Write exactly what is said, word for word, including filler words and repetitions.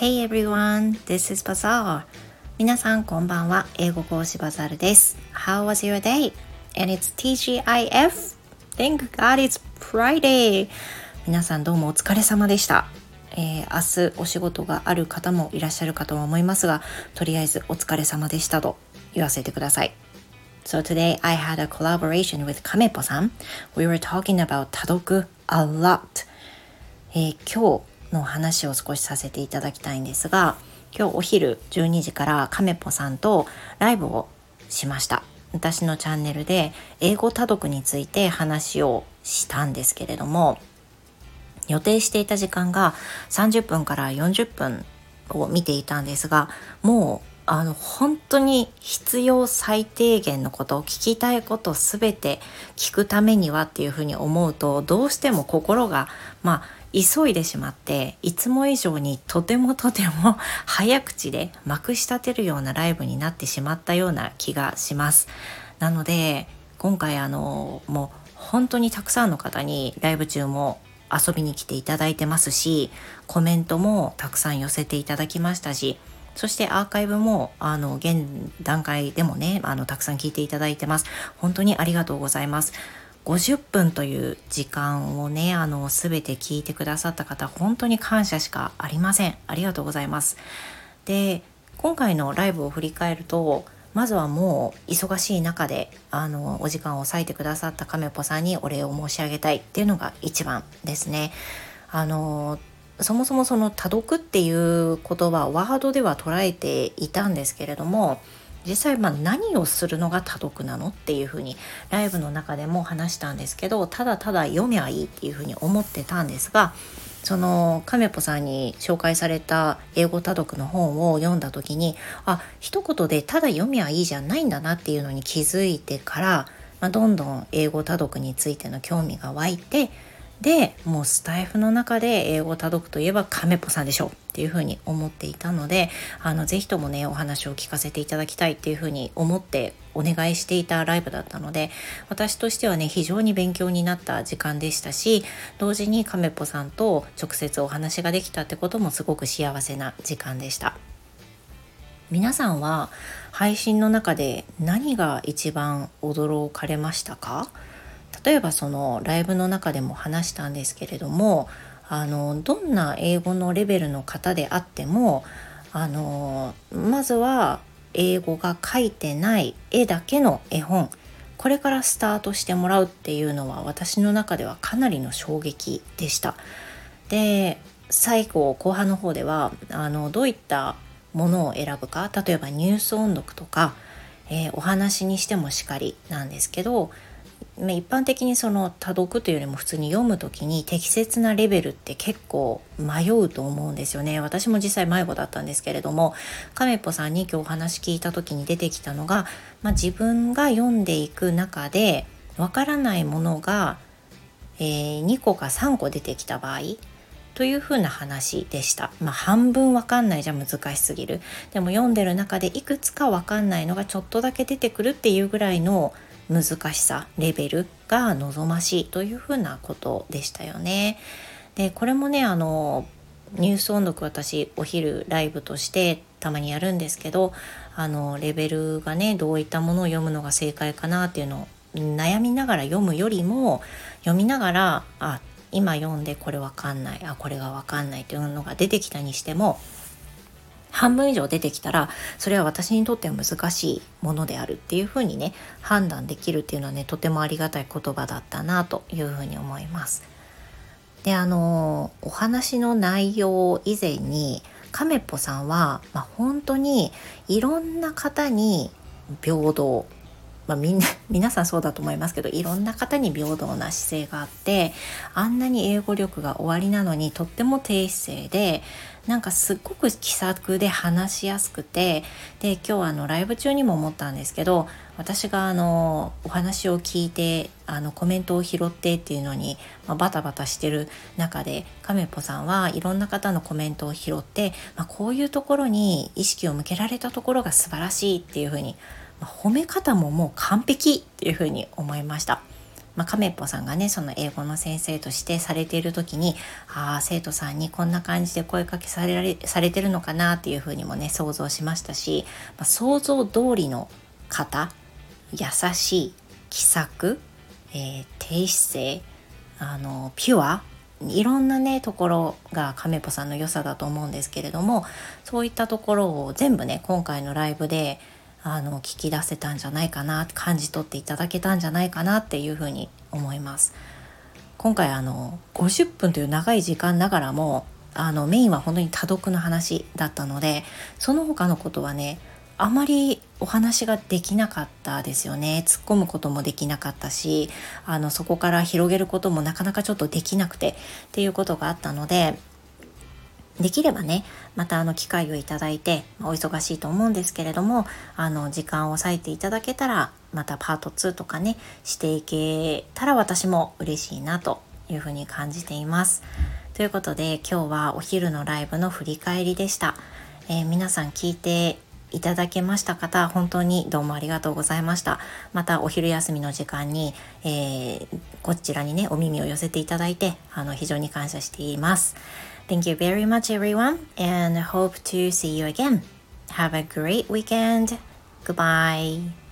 Hey everyone, this is Bazaar. 皆さんこんばんは。英語講師バザールです。How was your day? And it's ティージーアイエフ. Thank God it's Friday. 皆さんどうもお疲れ様でした。えー、明日お仕事がある方もいらっしゃるかとは思いますが、とりあえずお疲れ様でしたと言わせてください。So today I had a collaboration with カメポさん。We were talking about 多読 a lot. えー、今日の話を少しさせていただきたいんですが、今日お昼じゅうにじからカメポさんとライブをしました。私のチャンネルで英語多読について話をしたんですけれども、予定していた時間がさんじゅっぷんからよんじゅっぷんを見ていたんですが、もうあの本当に必要最低限のことを聞きたいことすべて聞くためにはっていうふうに思うと、どうしても心がまあ急いでしまって、いつも以上にとてもとても早口でまくし立てるようなライブになってしまったような気がします。なので今回あのもう本当にたくさんの方にライブ中も遊びに来ていただいてますし、コメントもたくさん寄せていただきましたし、そしてアーカイブもあの現段階でもねあのたくさん聞いていただいてます。本当にありがとうございます。ごじゅっぷんという時間をねあの全て聞いてくださった方、本当に感謝しかありません。ありがとうございます。で、今回のライブを振り返ると、まずはもう忙しい中であのお時間を割いてくださったカメポさんにお礼を申し上げたいっていうのが一番ですね。あのそもそもその多読っていう言葉をワードでは捉えていたんですけれども、実際まあ何をするのが多読なのっていうふうにライブの中でも話したんですけど、ただただ読めばいいっていうふうに思ってたんですが、そのカメポさんに紹介された英語多読の本を読んだ時に、あ、一言でただ読みはいいじゃないんだなっていうのに気づいてから、まあ、どんどん英語多読についての興味が湧いて、でもうスタイフの中で英語多読といえばカメポさんでしょっていうふうに思っていたので、あのぜひともねお話を聞かせていただきたいっていうふうに思ってお願いしていたライブだったので、私としてはね非常に勉強になった時間でしたし、同時にカメポさんと直接お話ができたってこともすごく幸せな時間でした。皆さんは配信の中で何が一番驚かれましたか？例えばそのライブの中でも話したんですけれども、あのどんな英語のレベルの方であっても、あのまずは英語が書いてない絵だけの絵本、これからスタートしてもらうっていうのは私の中ではかなりの衝撃でした。で、最後後半の方ではあのどういったものを選ぶか、例えばニュース音読とか、えー、お話にしてもしかりなんですけど、一般的にその多読というよりも普通に読むときに適切なレベルって結構迷うと思うんですよね。私も実際迷子だったんですけれども、カメポさんに今日お話聞いたときに出てきたのが、まあ、自分が読んでいく中でわからないものが、えー、にこかさんこ出てきた場合というふうな話でした。まあ、半分わかんないじゃ難しすぎる。でも読んでる中でいくつかわかんないのがちょっとだけ出てくるっていうぐらいの難しさレベルが望ましいというふうなことでしたよね。で、これもねあのニュース音読、私お昼ライブとしてたまにやるんですけど、あのレベルがねどういったものを読むのが正解かなっていうのを悩みながら読むよりも、読みながらあ今読んでこれわかんない、あこれがわかんないというのが出てきたにしても、半分以上出てきたらそれは私にとっては難しいものであるっていうふうにね判断できるっていうのはねとてもありがたい言葉だったなというふうに思います。で、あのお話の内容以前にカメポさんは、まあ、本当にいろんな方に平等、まあ、みんな皆さんそうだと思いますけど、いろんな方に平等な姿勢があって、あんなに英語力が終わりなのにとっても低姿勢で、なんかすっごく気さくで話しやすくて、で今日あのライブ中にも思ったんですけど、私があのお話を聞いてあのコメントを拾ってっていうのに、まあ、バタバタしてる中でカメポさんはいろんな方のコメントを拾って、まあ、こういうところに意識を向けられたところが素晴らしいっていうふうに、まあ、褒め方ももう完璧っていうふうに思いました。 まあ、亀っぽさんがねその英語の先生としてされている時に、ああ生徒さんにこんな感じで声かけされられされてるのかなっていうふうにもね想像しましたし、まあ、想像通りの方、優しい、気さく、えー、低姿勢、あのピュア、いろんなねところが亀ぽさんの良さだと思うんですけれども、そういったところを全部ね今回のライブであの聞き出せたんじゃないかな、感じ取っていただけたんじゃないかなっていうふうに思います。今回あのごじゅっぷんという長い時間ながらもあのメインは本当に多読の話だったので、その他のことはねあまりお話ができなかったですよね。突っ込むこともできなかったし、あのそこから広げることもなかなかちょっとできなくてっていうことがあったので、できればねまたあの機会をいただいて、お忙しいと思うんですけれども、あの時間を割いていただけたらまたパートツーとかねしていけたら私も嬉しいなというふうに感じています。ということで今日はお昼のライブの振り返りでした。えー、皆さん聞いていただけました方、本当にどうもありがとうございました。またお昼休みの時間に、えー、こちらにねお耳を寄せていただいてあの非常に感謝しています。Thank you very much everyone and hope to see you again. Have a great weekend. Goodbye.